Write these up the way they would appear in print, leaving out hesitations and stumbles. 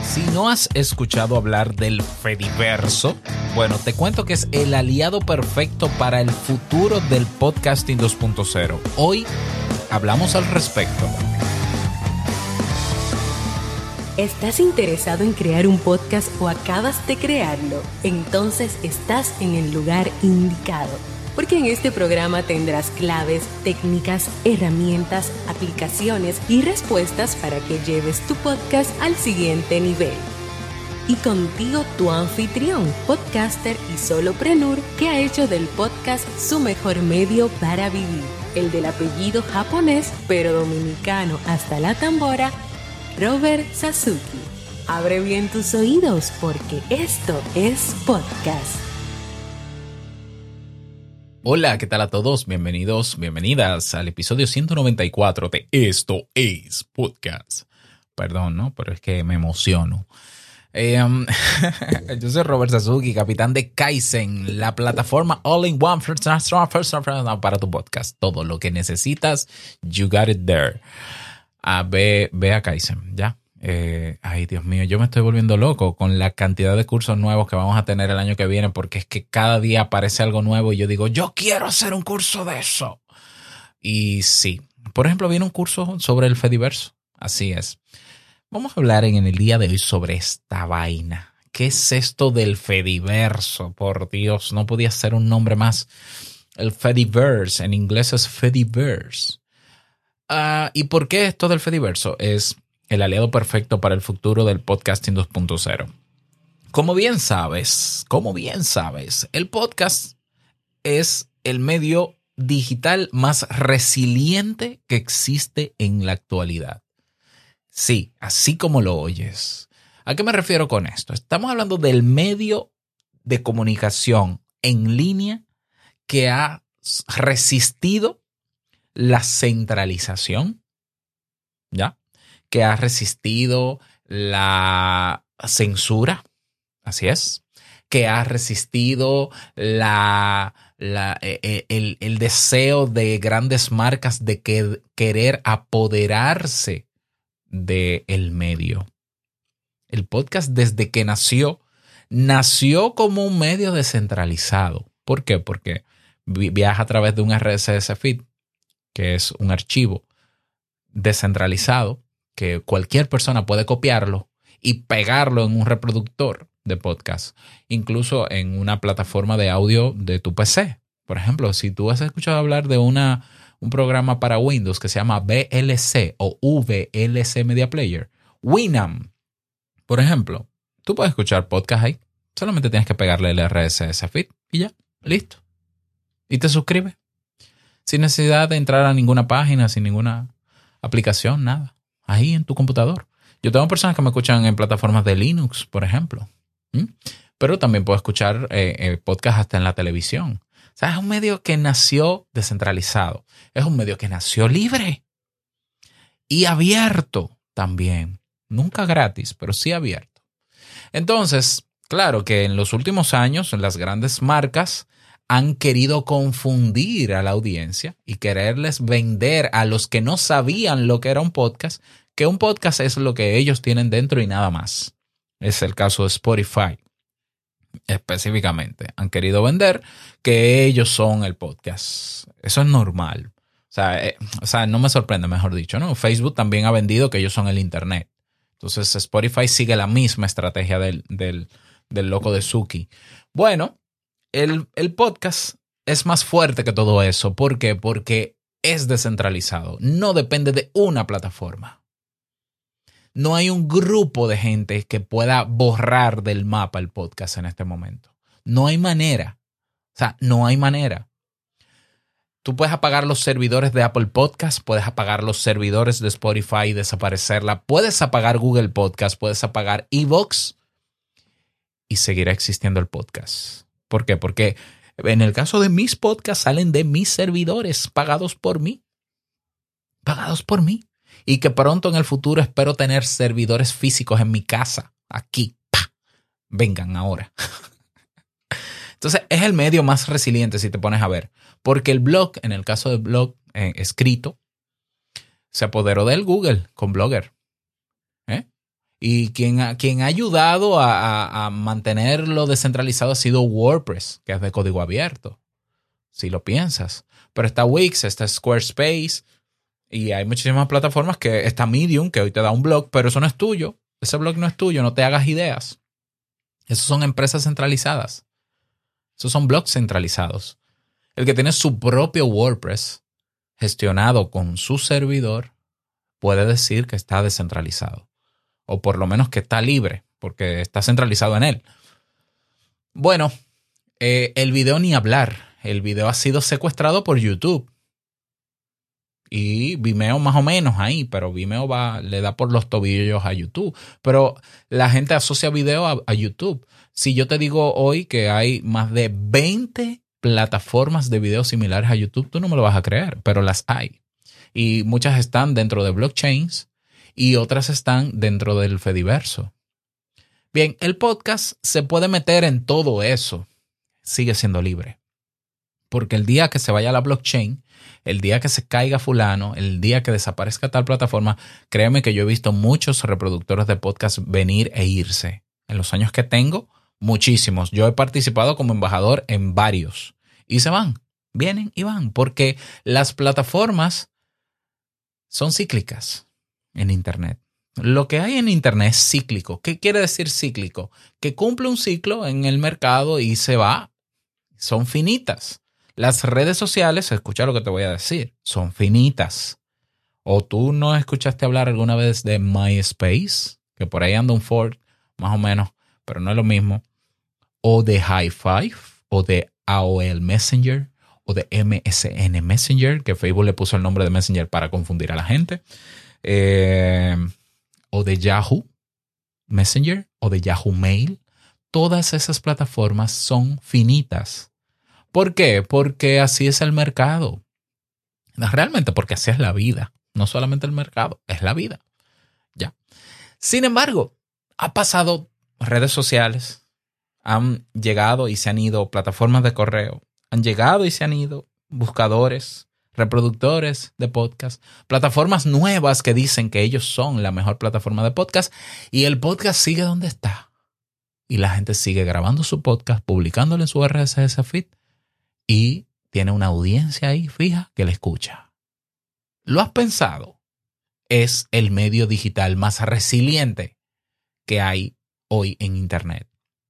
Si no has escuchado hablar del Fediverso, bueno, te cuento que es el aliado perfecto para el futuro del podcasting 2.0. Hoy hablamos al respecto. ¿Estás interesado en crear un podcast o acabas de crearlo? Entonces estás en el lugar indicado, porque en este programa tendrás claves, técnicas, herramientas, aplicaciones y respuestas para que lleves tu podcast al siguiente nivel. Y contigo tu anfitrión, podcaster y solopreneur que ha hecho del podcast su mejor medio para vivir, el del apellido japonés pero dominicano hasta la tambora, Robert Sasuki. Abre bien tus oídos porque esto es podcast. Hola, ¿qué tal a todos? Bienvenidos, bienvenidas al episodio 194 de Esto es Podcast. Perdón, ¿no? Pero es que me emociono. Yo soy Robert Sasuki, capitán de Kaizen, la plataforma all-in-one para tu podcast. Todo lo que necesitas, you got it there. Ve a Kaizen, ¿ya? Ay, Dios mío, yo me estoy volviendo loco con la cantidad de cursos nuevos que vamos a tener el año que viene, porque es que cada día aparece algo nuevo y yo digo, yo quiero hacer un curso de eso. Y sí, por ejemplo, viene un curso sobre el Fediverso. Así es. Vamos a hablar en el día de hoy sobre esta vaina. ¿Qué es esto del Fediverso? Por Dios, no podía ser un nombre más. El Fediverse, en inglés es Fediverse. ¿Y por qué esto del Fediverso es el aliado perfecto para el futuro del podcasting 2.0? Como bien sabes, el podcast es el medio digital más resiliente que existe en la actualidad. Sí, así como lo oyes. ¿A qué me refiero con esto? Estamos hablando del medio de comunicación en línea que ha resistido la centralización, ¿ya? Que ha resistido la censura, así es, que ha resistido el deseo de grandes marcas de querer apoderarse del medio. El podcast desde que nació como un medio descentralizado. ¿Por qué? Porque viaja a través de un RSS feed, que es un archivo descentralizado que cualquier persona puede copiarlo y pegarlo en un reproductor de podcast, incluso en una plataforma de audio de tu PC. Por ejemplo, si tú has escuchado hablar de un programa para Windows que se llama VLC o VLC Media Player, Winamp, por ejemplo, tú puedes escuchar podcast ahí. Solamente tienes que pegarle el RSS feed y ya, listo. Y te suscribes. Sin necesidad de entrar a ninguna página, sin ninguna aplicación, nada. Ahí en tu computador. Yo tengo personas que me escuchan en plataformas de Linux, por ejemplo. Pero también puedo escuchar podcast hasta en la televisión. O sea, es un medio que nació descentralizado. Es un medio que nació libre. Y abierto también. Nunca gratis, pero sí abierto. Entonces, claro que en los últimos años, las grandes marcas han querido confundir a la audiencia y quererles vender a los que no sabían lo que era un podcast, que un podcast es lo que ellos tienen dentro y nada más. Es el caso de Spotify, específicamente. Han querido vender que ellos son el podcast. Eso es normal. O sea, no me sorprende, mejor dicho, ¿no? Facebook también ha vendido que ellos son el Internet. Entonces Spotify sigue la misma estrategia del loco de Suki. Bueno, el podcast es más fuerte que todo eso. ¿Por qué? Porque es descentralizado. No depende de una plataforma. No hay un grupo de gente que pueda borrar del mapa el podcast en este momento. No hay manera. O sea, no hay manera. Tú puedes apagar los servidores de Apple Podcast, puedes apagar los servidores de Spotify y desaparecerla. Puedes apagar Google Podcast, puedes apagar iVoox y seguirá existiendo el podcast. ¿Por qué? Porque en el caso de mis podcasts salen de mis servidores pagados por mí. Pagados por mí. Y que pronto en el futuro espero tener servidores físicos en mi casa. Aquí. ¡Pah! Vengan ahora. Entonces es el medio más resiliente si te pones a ver. Porque el blog, en el caso del blog escrito, se apoderó del Google con Blogger. Y quien ha ayudado a mantenerlo descentralizado ha sido WordPress, que es de código abierto, si lo piensas. Pero está Wix, está Squarespace y hay muchísimas plataformas que está Medium, que hoy te da un blog, pero eso no es tuyo. Ese blog no es tuyo, no te hagas ideas. Esos son empresas centralizadas. Esos son blogs centralizados. El que tiene su propio WordPress gestionado con su servidor puede decir que está descentralizado. O por lo menos que está libre, porque está centralizado en él. Bueno, el video ni hablar. El video ha sido secuestrado por YouTube. Y Vimeo más o menos ahí, pero Vimeo le da por los tobillos a YouTube. Pero la gente asocia video a YouTube. Si yo te digo hoy que hay más de 20 plataformas de video similares a YouTube, tú no me lo vas a creer, pero las hay. Y muchas están dentro de blockchains y otras están dentro del Fediverso. Bien, el podcast se puede meter en todo eso. Sigue siendo libre. Porque el día que se vaya a la blockchain, el día que se caiga fulano, el día que desaparezca tal plataforma, créeme que yo he visto muchos reproductores de podcast venir e irse. En los años que tengo, muchísimos. Yo he participado como embajador en varios. Y se van, vienen y van. Porque las plataformas son cíclicas en Internet. Lo que hay en Internet es cíclico. ¿Qué quiere decir cíclico? Que cumple un ciclo en el mercado y se va. Son finitas. Las redes sociales, escucha lo que te voy a decir, son finitas. ¿O tú no escuchaste hablar alguna vez de MySpace? Que por ahí anda un fork, más o menos, pero no es lo mismo. O de High Five, o de AOL Messenger, o de MSN Messenger, que Facebook le puso el nombre de Messenger para confundir a la gente. O de Yahoo Messenger, o de Yahoo Mail. Todas esas plataformas son finitas. ¿Por qué? Porque así es el mercado. Realmente porque así es la vida. No solamente el mercado, es la vida. Ya. Sin embargo, ha pasado redes sociales, han llegado y se han ido plataformas de correo, han llegado y se han ido buscadores, reproductores de podcast, plataformas nuevas que dicen que ellos son la mejor plataforma de podcast y el podcast sigue donde está. Y la gente sigue grabando su podcast, publicándolo en su RSS feed y tiene una audiencia ahí fija que le escucha. ¿Lo has pensado? Es el medio digital más resiliente que hay hoy en Internet.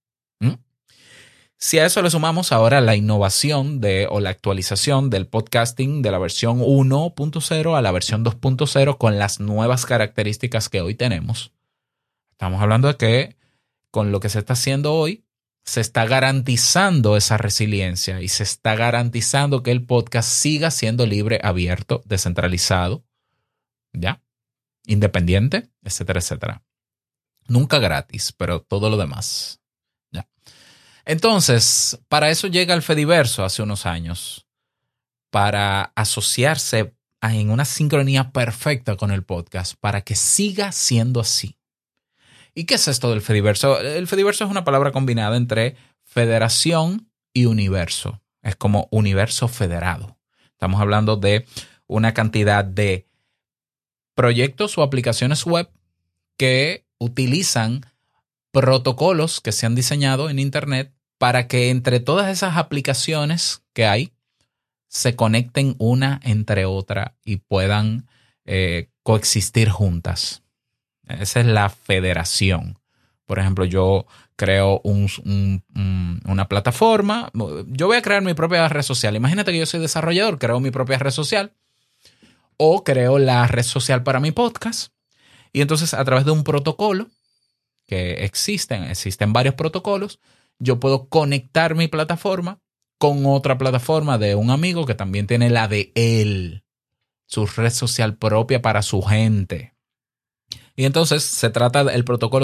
Si a eso le sumamos ahora la innovación o la actualización del podcasting de la versión 1.0 a la versión 2.0 con las nuevas características que hoy tenemos, estamos hablando de que con lo que se está haciendo hoy, se está garantizando esa resiliencia y se está garantizando que el podcast siga siendo libre, abierto, descentralizado, ¿ya? Independiente, etcétera, etcétera. Nunca gratis, pero todo lo demás, ¿ya? Entonces, para eso llega el Fediverso hace unos años, para asociarse en una sincronía perfecta con el podcast, para que siga siendo así. ¿Y qué es esto del Fediverso? El Fediverso es una palabra combinada entre federación y universo. Es como universo federado. Estamos hablando de una cantidad de proyectos o aplicaciones web que utilizan protocolos que se han diseñado en Internet para que entre todas esas aplicaciones que hay se conecten una entre otra y puedan coexistir juntas. Esa es la federación. Por ejemplo, yo creo una plataforma. Yo voy a crear mi propia red social. Imagínate que yo soy desarrollador, creo mi propia red social o creo la red social para mi podcast. Y entonces a través de un protocolo que existen varios protocolos, yo puedo conectar mi plataforma con otra plataforma de un amigo que también tiene la de él, su red social propia para su gente. Y entonces el protocolo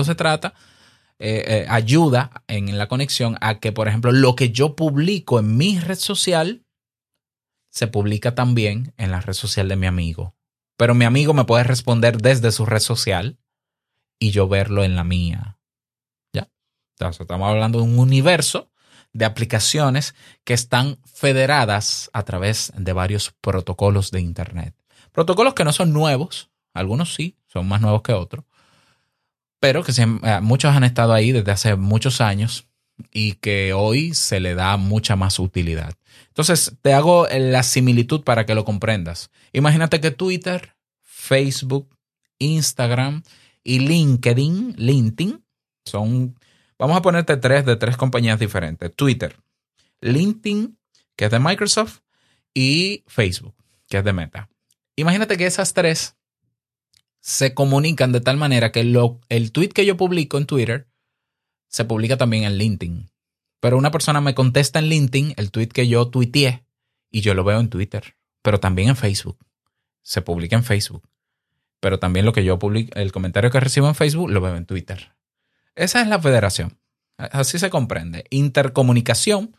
ayuda en la conexión a que, por ejemplo, lo que yo publico en mi red social se publica también en la red social de mi amigo. Pero mi amigo me puede responder desde su red social y yo verlo en la mía. ¿Ya? Entonces, estamos hablando de un universo de aplicaciones que están federadas a través de varios protocolos de Internet. Protocolos que no son nuevos, algunos sí, son más nuevos que otros, pero que muchos han estado ahí desde hace muchos años y que hoy se le da mucha más utilidad. Entonces, te hago la similitud para que lo comprendas. Imagínate que Twitter, Facebook, Instagram y LinkedIn son, vamos a ponerte de tres compañías diferentes. Twitter, LinkedIn, que es de Microsoft, y Facebook, que es de Meta. Imagínate que esas tres se comunican de tal manera que el tweet que yo publico en Twitter se publica también en LinkedIn. Pero una persona me contesta en LinkedIn el tweet que yo tuiteé y yo lo veo en Twitter, pero también en Facebook. Se publica en Facebook. Pero también lo que yo publico, el comentario que recibo en Facebook, lo veo en Twitter. Esa es la federación. Así se comprende. Intercomunicación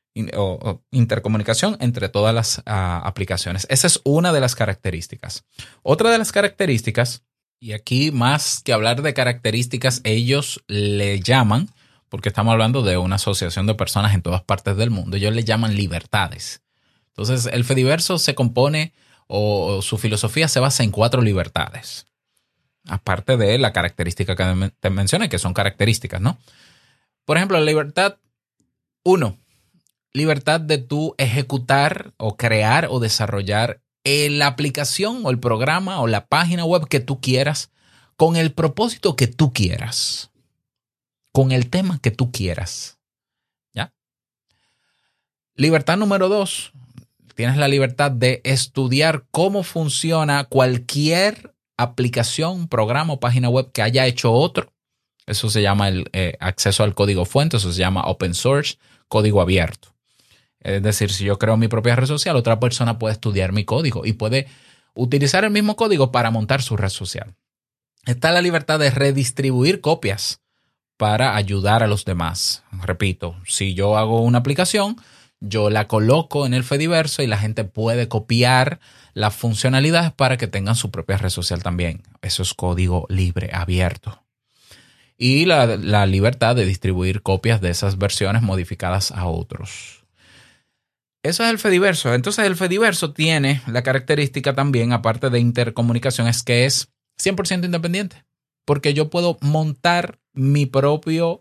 entre todas las aplicaciones. Esa es una de las características. Otra de las características, y aquí más que hablar de características, ellos le llaman, porque estamos hablando de una asociación de personas en todas partes del mundo, ellos le llaman libertades. Entonces, el Fediverso se compone, o su filosofía se basa en 4 libertades. Aparte de la característica que te mencioné, que son características, ¿no? Por ejemplo, la libertad 1. Libertad de tú ejecutar o crear o desarrollar la aplicación o el programa o la página web que tú quieras con el propósito que tú quieras, con el tema que tú quieras. ¿Ya? Libertad número 2. Tienes la libertad de estudiar cómo funciona cualquier aplicación, programa o página web que haya hecho otro. Eso se llama el acceso al código fuente, eso se llama open source, código abierto. Es decir, si yo creo mi propia red social, otra persona puede estudiar mi código y puede utilizar el mismo código para montar su red social. Está la libertad de redistribuir copias para ayudar a los demás. Repito, si yo hago una aplicación, yo la coloco en el Fediverso y la gente puede copiar las funcionalidades para que tengan su propia red social también. Eso es código libre, abierto. Y la libertad de distribuir copias de esas versiones modificadas a otros. Eso es el Fediverso. Entonces el Fediverso tiene la característica también, aparte de intercomunicación, es que es 100% independiente. Porque yo puedo montar mi propia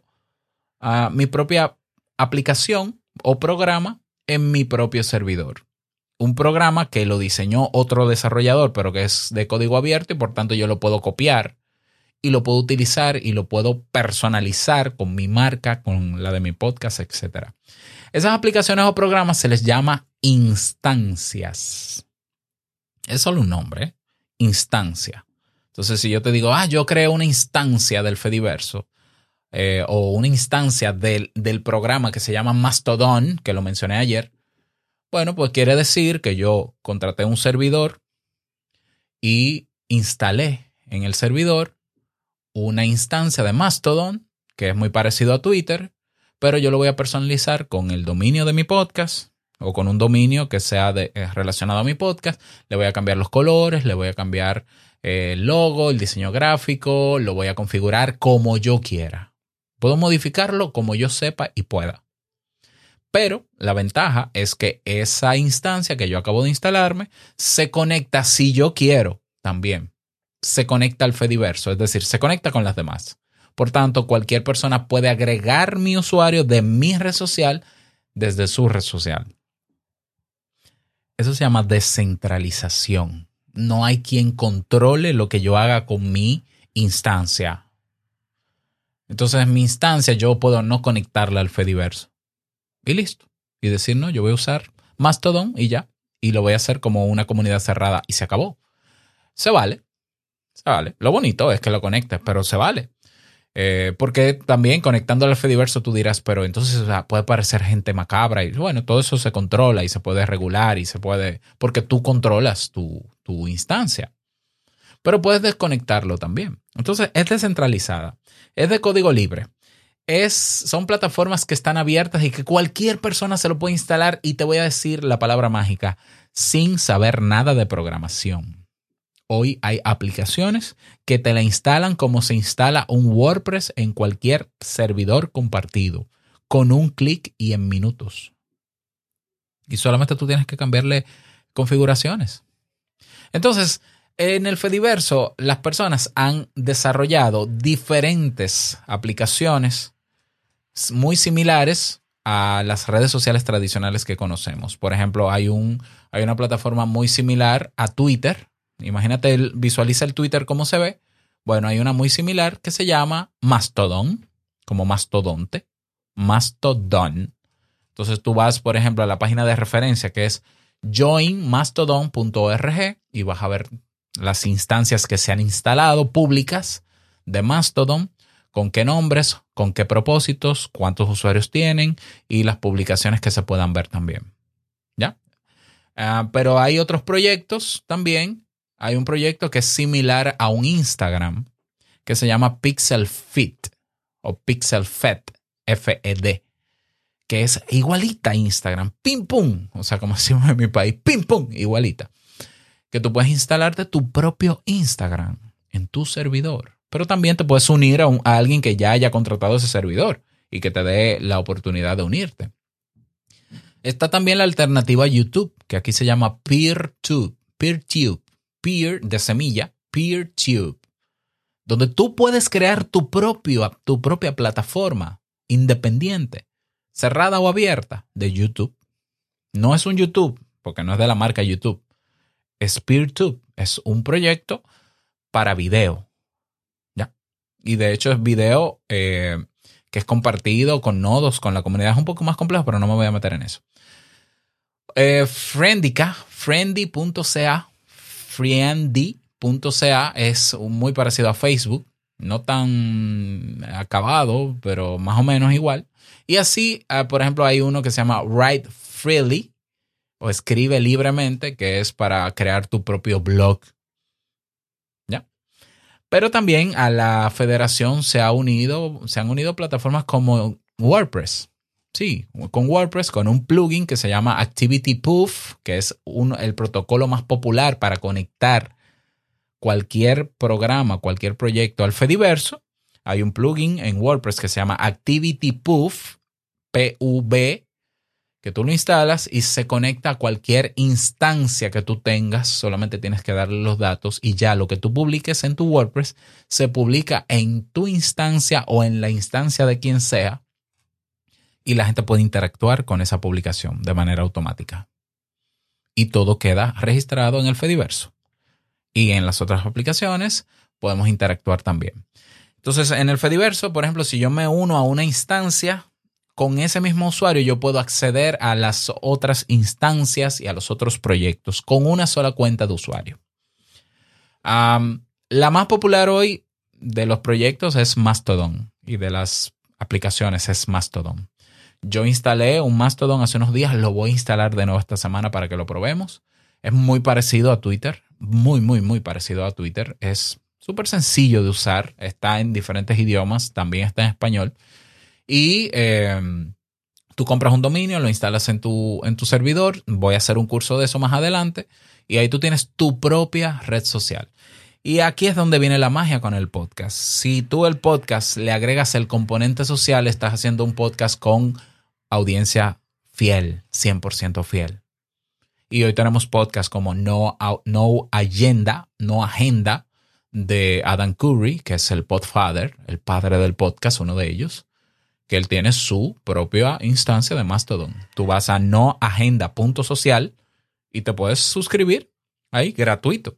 aplicación o programa en mi propio servidor. Un programa que lo diseñó otro desarrollador, pero que es de código abierto y por tanto yo lo puedo copiar y lo puedo utilizar y lo puedo personalizar con mi marca, con la de mi podcast, etc. Esas aplicaciones o programas se les llama instancias. Es solo un nombre, instancia. Entonces, si yo te digo, yo creo una instancia del Fediverso o una instancia del programa que se llama Mastodon, que lo mencioné ayer, bueno, pues quiere decir que yo contraté un servidor y instalé en el servidor una instancia de Mastodon, que es muy parecido a Twitter, pero yo lo voy a personalizar con el dominio de mi podcast o con un dominio que sea relacionado a mi podcast. Le voy a cambiar los colores, le voy a cambiar el logo, el diseño gráfico, lo voy a configurar como yo quiera. Puedo modificarlo como yo sepa y pueda. Pero la ventaja es que esa instancia que yo acabo de instalarme se conecta, si yo quiero también, se conecta al Fediverso, es decir, se conecta con las demás. Por tanto, cualquier persona puede agregar mi usuario de mi red social desde su red social. Eso se llama descentralización. No hay quien controle lo que yo haga con mi instancia. Entonces, en mi instancia yo puedo no conectarla al Fediverso. Y listo. Y decir, no, yo voy a usar Mastodon y ya. Y lo voy a hacer como una comunidad cerrada y se acabó. Se vale. Se vale. Lo bonito es que lo conectes, pero se vale. Porque también conectándolo al Fediverso tú dirás, pero entonces puede parecer gente macabra. Y bueno, todo eso se controla y se puede regular y se puede... Porque tú controlas tu instancia. Pero puedes desconectarlo también. Entonces es descentralizada. Es de código libre. Son plataformas que están abiertas y que cualquier persona se lo puede instalar, y te voy a decir la palabra mágica, sin saber nada de programación. Hoy hay aplicaciones que te la instalan como se instala un WordPress en cualquier servidor compartido, con un clic y en minutos. Y solamente tú tienes que cambiarle configuraciones. Entonces, En el Fediverso, las personas han desarrollado diferentes aplicaciones muy similares a las redes sociales tradicionales que conocemos. Por ejemplo, hay una plataforma muy similar a Twitter. Imagínate, visualiza el Twitter cómo se ve. Bueno, hay una muy similar que se llama Mastodon, como mastodonte, Mastodon. Entonces tú vas, por ejemplo, a la página de referencia que es joinmastodon.org y vas a ver las instancias que se han instalado públicas de Mastodon, con qué nombres, con qué propósitos, cuántos usuarios tienen y las publicaciones que se puedan ver también. ¿Ya? Pero hay otros proyectos también. Hay un proyecto que es similar a un Instagram que se llama PixelFed o PixelFed, FED, que es igualita a Instagram, pim pum, o sea, como decimos en mi país, pim pum, igualita. Que tú puedes instalarte tu propio Instagram en tu servidor, pero también te puedes unir a alguien que ya haya contratado ese servidor y que te dé la oportunidad de unirte. Está también la alternativa a YouTube, que aquí se llama PeerTube, Peer de semilla, PeerTube, donde tú puedes crear tu propia plataforma independiente, cerrada o abierta de YouTube. No es un YouTube, porque no es de la marca YouTube. Es PeerTube, es un proyecto para video. ¿Ya? Y de hecho es video que es compartido con nodos, con la comunidad. Es un poco más complejo, pero no me voy a meter en eso. Friendy.ca es muy parecido a Facebook. No tan acabado, pero más o menos igual. Y así, por ejemplo, hay uno que se llama Write Freely o Escribe Libremente, que es para crear tu propio blog. ¿Ya? Pero también a la federación se han unido plataformas como WordPress. Sí, con WordPress, con un plugin que se llama ActivityPub, que es el protocolo más popular para conectar cualquier programa, cualquier proyecto al Fediverso. Hay un plugin en WordPress que se llama ActivityPub, PUB, que tú lo instalas y se conecta a cualquier instancia que tú tengas. Solamente tienes que darle los datos y ya lo que tú publiques en tu WordPress se publica en tu instancia o en la instancia de quien sea y la gente puede interactuar con esa publicación de manera automática. Y todo queda registrado en el Fediverso. Y en las otras aplicaciones podemos interactuar también. Entonces, en el Fediverso, por ejemplo, si yo me uno a una instancia, con ese mismo usuario yo puedo acceder a las otras instancias y a los otros proyectos con una sola cuenta de usuario. La más popular hoy de los proyectos es Mastodon y de las aplicaciones es Mastodon. Yo instalé un Mastodon hace unos días, lo voy a instalar de nuevo esta semana para que lo probemos. Es muy parecido a Twitter, muy parecido a Twitter. Es súper sencillo de usar, está en diferentes idiomas, también está en español. Y tú compras un dominio, lo instalas en tu servidor. Voy a hacer un curso de eso más adelante. Y ahí tú tienes tu propia red social. Y aquí es donde viene la magia con el podcast. Si tú el podcast le agregas el componente social, estás haciendo un podcast con audiencia fiel, 100% fiel. Y hoy tenemos podcasts como No Agenda de Adam Curry, que es el podfather, el padre del podcast, uno de ellos, que él tiene su propia instancia de Mastodon. Tú vas a noagenda.social y te puedes suscribir ahí gratuito.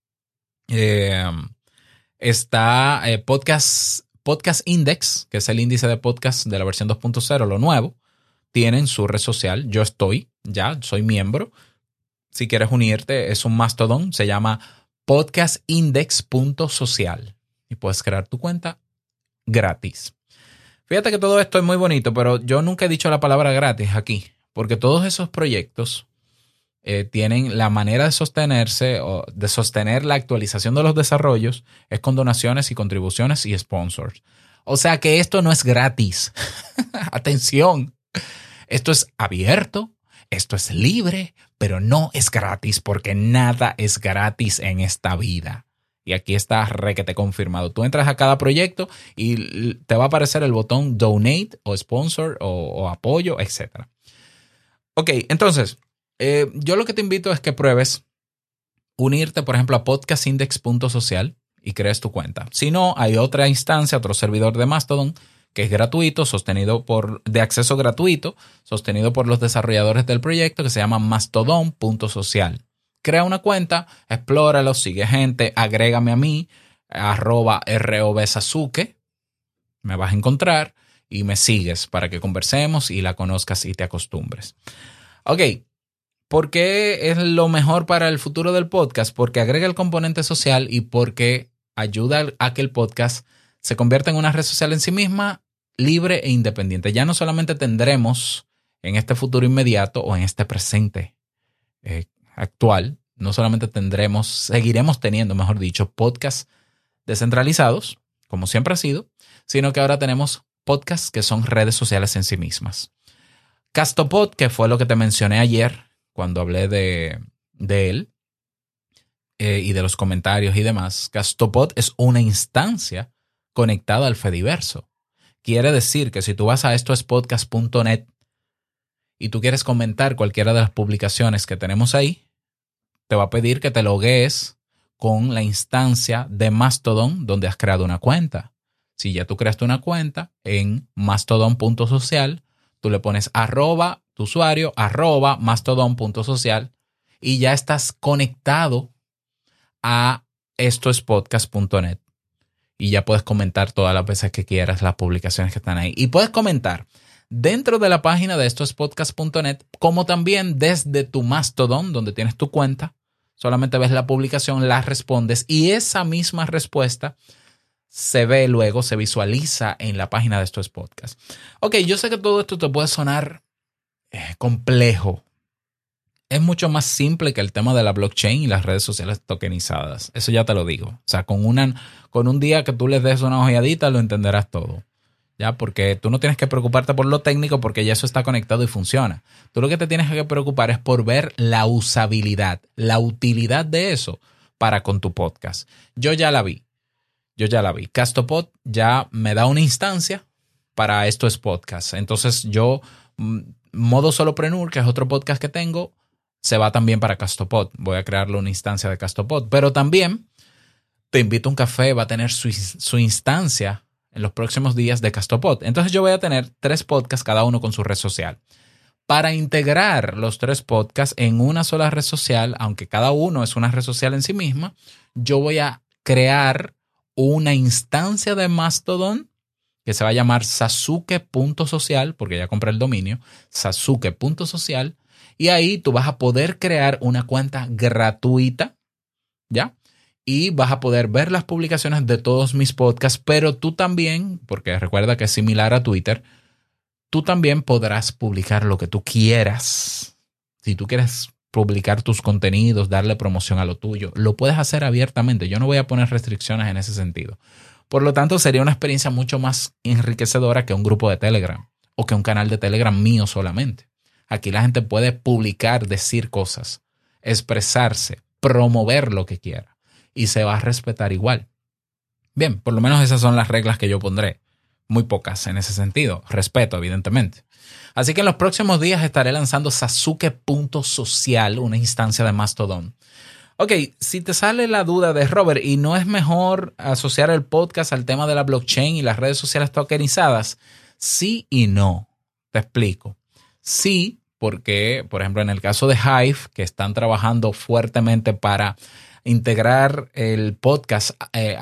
Está Podcast Index, que es el índice de podcast de la versión 2.0, lo nuevo. Tienen su red social. Yo soy miembro. Si quieres unirte, es un Mastodon. Se llama podcastindex.social y puedes crear tu cuenta gratis. Fíjate que todo esto es muy bonito, pero yo nunca he dicho la palabra gratis aquí, porque todos esos proyectos tienen la manera de sostenerse o de sostener la actualización de los desarrollos es con donaciones y contribuciones y sponsors. O sea que esto no es gratis. Atención, esto es abierto, esto es libre, pero no es gratis porque nada es gratis en esta vida. Y aquí está requete confirmado. Tú entras a cada proyecto y te va a aparecer el botón donate o sponsor o apoyo, etc. Ok, entonces, yo lo que te invito es que pruebes unirte, por ejemplo, a podcastindex.social y crees tu cuenta. Si no, hay otra instancia, otro servidor de Mastodon que es gratuito, de acceso gratuito, sostenido por los desarrolladores del proyecto, que se llama mastodon.social. Crea una cuenta, explóralo, sigue gente, agrégame a mí, @robsasuke, me vas a encontrar y me sigues para que conversemos y la conozcas y te acostumbres. Ok, ¿por qué es lo mejor para el futuro del podcast? Porque agrega el componente social y porque ayuda a que el podcast se convierta en una red social en sí misma, libre e independiente. Ya no solamente tendremos en este futuro inmediato o en este presente actual, no solamente seguiremos teniendo, mejor dicho, podcasts descentralizados, como siempre ha sido, sino que ahora tenemos podcasts que son redes sociales en sí mismas. Castopod, que fue lo que te mencioné ayer cuando hablé de él y de los comentarios y demás. Castopod es una instancia conectada al Fediverso. Quiere decir que si tú vas a estoespodcast.net y tú quieres comentar cualquiera de las publicaciones que tenemos ahí, te va a pedir que te loguees con la instancia de Mastodon donde has creado una cuenta. Si ya tú creaste una cuenta en mastodon.social, tú le pones tu usuario, @mastodon.social y ya estás conectado a estoespodcast.net. Y ya puedes comentar todas las veces que quieras las publicaciones que están ahí. Y puedes comentar dentro de la página de estoespodcast.net, como también desde tu Mastodon, donde tienes tu cuenta. Solamente ves la publicación, la respondes y esa misma respuesta se ve luego, se visualiza en la página de Esto es Podcast. Ok, yo sé que todo esto te puede sonar complejo. Es mucho más simple que el tema de la blockchain y las redes sociales tokenizadas. Eso ya te lo digo. O sea, con un día que tú les des una ojeadita lo entenderás todo. ¿Ya? Porque tú no tienes que preocuparte por lo técnico porque ya eso está conectado y funciona. Tú lo que te tienes que preocupar es por ver la usabilidad, la utilidad de eso para con tu podcast. Yo ya la vi. Castopod ya me da una instancia para Esto es Podcast. Entonces yo, Modo Solopreneur, que es otro podcast que tengo, se va también para Castopod. Voy a crearle una instancia de Castopod. Pero también Te Invito a un Café va a tener su instancia en los próximos días de Castopod. Entonces yo voy a tener 3 podcasts, cada uno con su red social. Para integrar los 3 podcasts en una sola red social, aunque cada uno es una red social en sí misma, yo voy a crear una instancia de Mastodon que se va a llamar sasuke.social, porque ya compré el dominio, sasuke.social, y ahí tú vas a poder crear una cuenta gratuita, ¿ya? Y vas a poder ver las publicaciones de todos mis podcasts, pero tú también, porque recuerda que es similar a Twitter, tú también podrás publicar lo que tú quieras. Si tú quieres publicar tus contenidos, darle promoción a lo tuyo, lo puedes hacer abiertamente. Yo no voy a poner restricciones en ese sentido. Por lo tanto, sería una experiencia mucho más enriquecedora que un grupo de Telegram o que un canal de Telegram mío solamente. Aquí la gente puede publicar, decir cosas, expresarse, promover lo que quiera y se va a respetar igual. Bien, por lo menos esas son las reglas que yo pondré. Muy pocas en ese sentido. Respeto, evidentemente. Así que en los próximos días estaré lanzando sasuke.social, una instancia de Mastodon. Ok, si te sale la duda de Robert, ¿y no es mejor asociar el podcast al tema de la blockchain y las redes sociales tokenizadas? Sí y no. Te explico. Sí, porque, por ejemplo, en el caso de Hive, que están trabajando fuertemente para integrar el podcast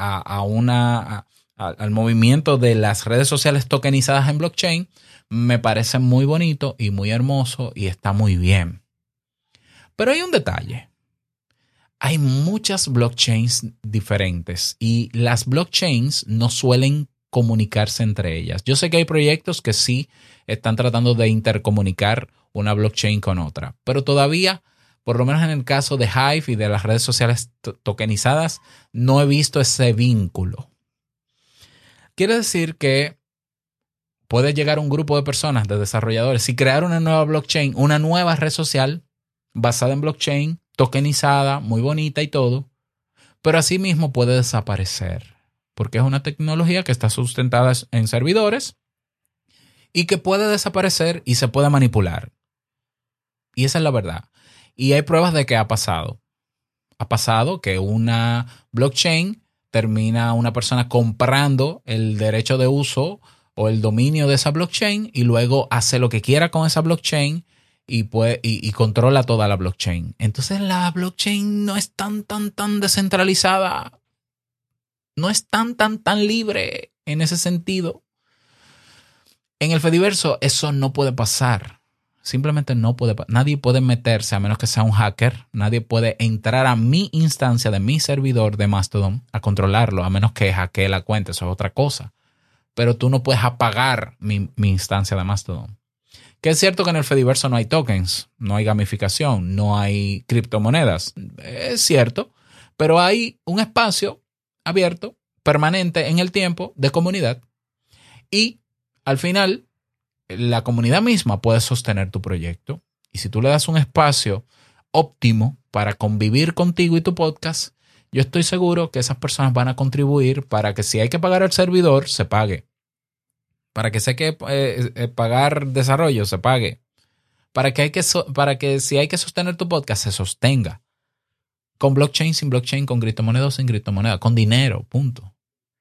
al movimiento de las redes sociales tokenizadas en blockchain, me parece muy bonito y muy hermoso y está muy bien. Pero hay un detalle. Hay muchas blockchains diferentes y las blockchains no suelen comunicarse entre ellas. Yo sé que hay proyectos que sí están tratando de intercomunicar una blockchain con otra, pero todavía, por lo menos en el caso de Hive y de las redes sociales tokenizadas, no he visto ese vínculo. Quiere decir que puede llegar un grupo de personas, de desarrolladores, y crear una nueva blockchain, una nueva red social basada en blockchain, tokenizada, muy bonita y todo, pero asimismo puede desaparecer, porque es una tecnología que está sustentada en servidores y que puede desaparecer y se puede manipular. Y esa es la verdad. Y hay pruebas de que ha pasado. Ha pasado que una blockchain termina una persona comprando el derecho de uso o el dominio de esa blockchain y luego hace lo que quiera con esa blockchain y controla toda la blockchain. Entonces la blockchain no es tan descentralizada. No es tan libre en ese sentido. En el Fediverso eso no puede pasar. Simplemente no puede pasar. Nadie puede meterse, a menos que sea un hacker. Nadie puede entrar a mi instancia de mi servidor de Mastodon a controlarlo, a menos que hackee la cuenta. Eso es otra cosa. Pero tú no puedes apagar mi instancia de Mastodon. Que es cierto que en el Fediverso no hay tokens, no hay gamificación, no hay criptomonedas. Es cierto, pero hay un espacio abierto, permanente en el tiempo, de comunidad. Y al final, la comunidad misma puede sostener tu proyecto. Y si tú le das un espacio óptimo para convivir contigo y tu podcast, yo estoy seguro que esas personas van a contribuir para que si hay que pagar el servidor, se pague. Para que si hay que pagar desarrollo, se pague. Para que si hay que sostener tu podcast, se sostenga. Con blockchain, sin blockchain, con criptomoneda o sin criptomoneda, con dinero, punto.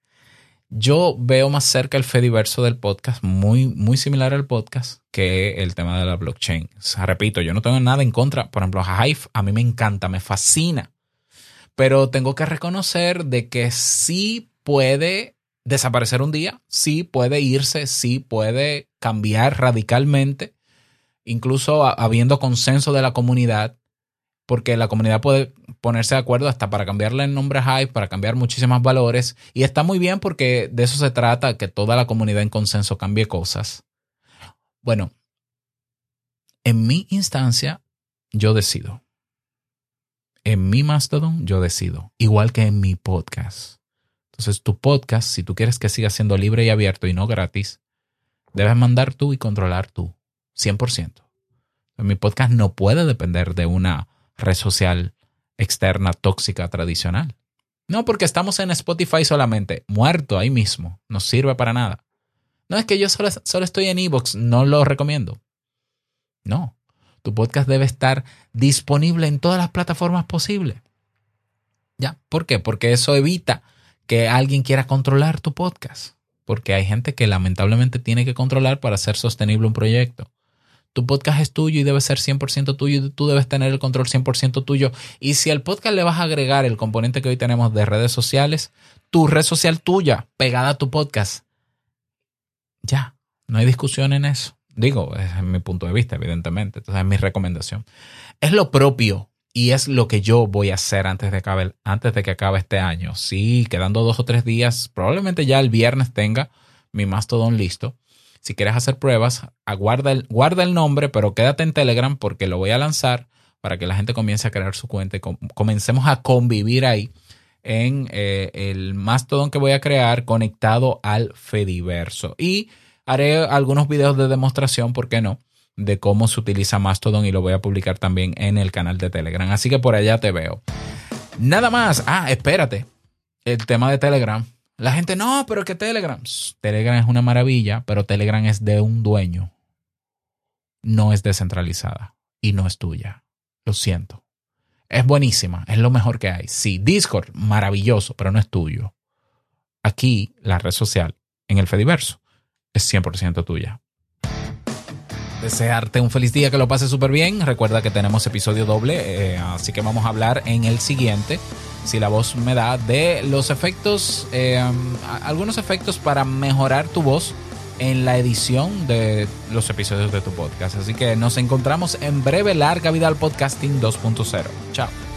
Yo veo más cerca el Fediverso del podcast, muy similar al podcast, que el tema de la blockchain. O sea, repito, yo no tengo nada en contra. Por ejemplo, Hive a mí me encanta, me fascina. Pero tengo que reconocer de que sí puede desaparecer un día, sí puede irse, sí puede cambiar radicalmente, incluso habiendo consenso de la comunidad, porque la comunidad puede ponerse de acuerdo hasta para cambiarle el nombre a Hive, para cambiar muchísimos valores, y está muy bien porque de eso se trata, que toda la comunidad en consenso cambie cosas. Bueno, en mi instancia yo decido. En mi Mastodon yo decido, igual que en mi podcast. Entonces tu podcast, si tú quieres que siga siendo libre y abierto y no gratis, debes mandar tú y controlar tú, 100%. Mi podcast no puede depender de una red social externa, tóxica, tradicional. No, porque estamos en Spotify solamente, muerto ahí mismo, no sirve para nada. No, es que yo solo estoy en iVoox, no lo recomiendo. No, tu podcast debe estar disponible en todas las plataformas posibles. ¿Ya? ¿Por qué? Porque eso evita que alguien quiera controlar tu podcast. Porque hay gente que lamentablemente tiene que controlar para hacer sostenible un proyecto. Tu podcast es tuyo y debe ser 100% tuyo y tú debes tener el control 100% tuyo. Y si al podcast le vas a agregar el componente que hoy tenemos de redes sociales, tu red social tuya pegada a tu podcast. Ya, no hay discusión en eso. Digo, es mi punto de vista, evidentemente. Entonces es mi recomendación. Es lo propio. Y es lo que yo voy a hacer antes de que acabe este año. Sí, quedando 2 o 3 días, probablemente ya el viernes tenga mi Mastodon listo. Si quieres hacer pruebas, guarda el nombre, pero quédate en Telegram porque lo voy a lanzar para que la gente comience a crear su cuenta y comencemos a convivir ahí en el Mastodon que voy a crear conectado al Fediverso. Y haré algunos videos de demostración, ¿por qué no?, de cómo se utiliza Mastodon y lo voy a publicar también en el canal de Telegram. Así que por allá te veo. Nada más. Espérate. El tema de Telegram. La gente, no, pero ¿qué Telegram? Telegram es una maravilla, pero Telegram es de un dueño. No es descentralizada y no es tuya. Lo siento. Es buenísima, es lo mejor que hay. Sí, Discord, maravilloso, pero no es tuyo. Aquí, la red social, en el Fediverso, es 100% tuya. Desearte un feliz día, que lo pases súper bien. Recuerda que tenemos episodio doble, así que vamos a hablar en el siguiente, si la voz me da, de los efectos, algunos efectos para mejorar tu voz en la edición de los episodios de tu podcast. Así que nos encontramos en breve. Larga vida al podcasting 2.0. Chao.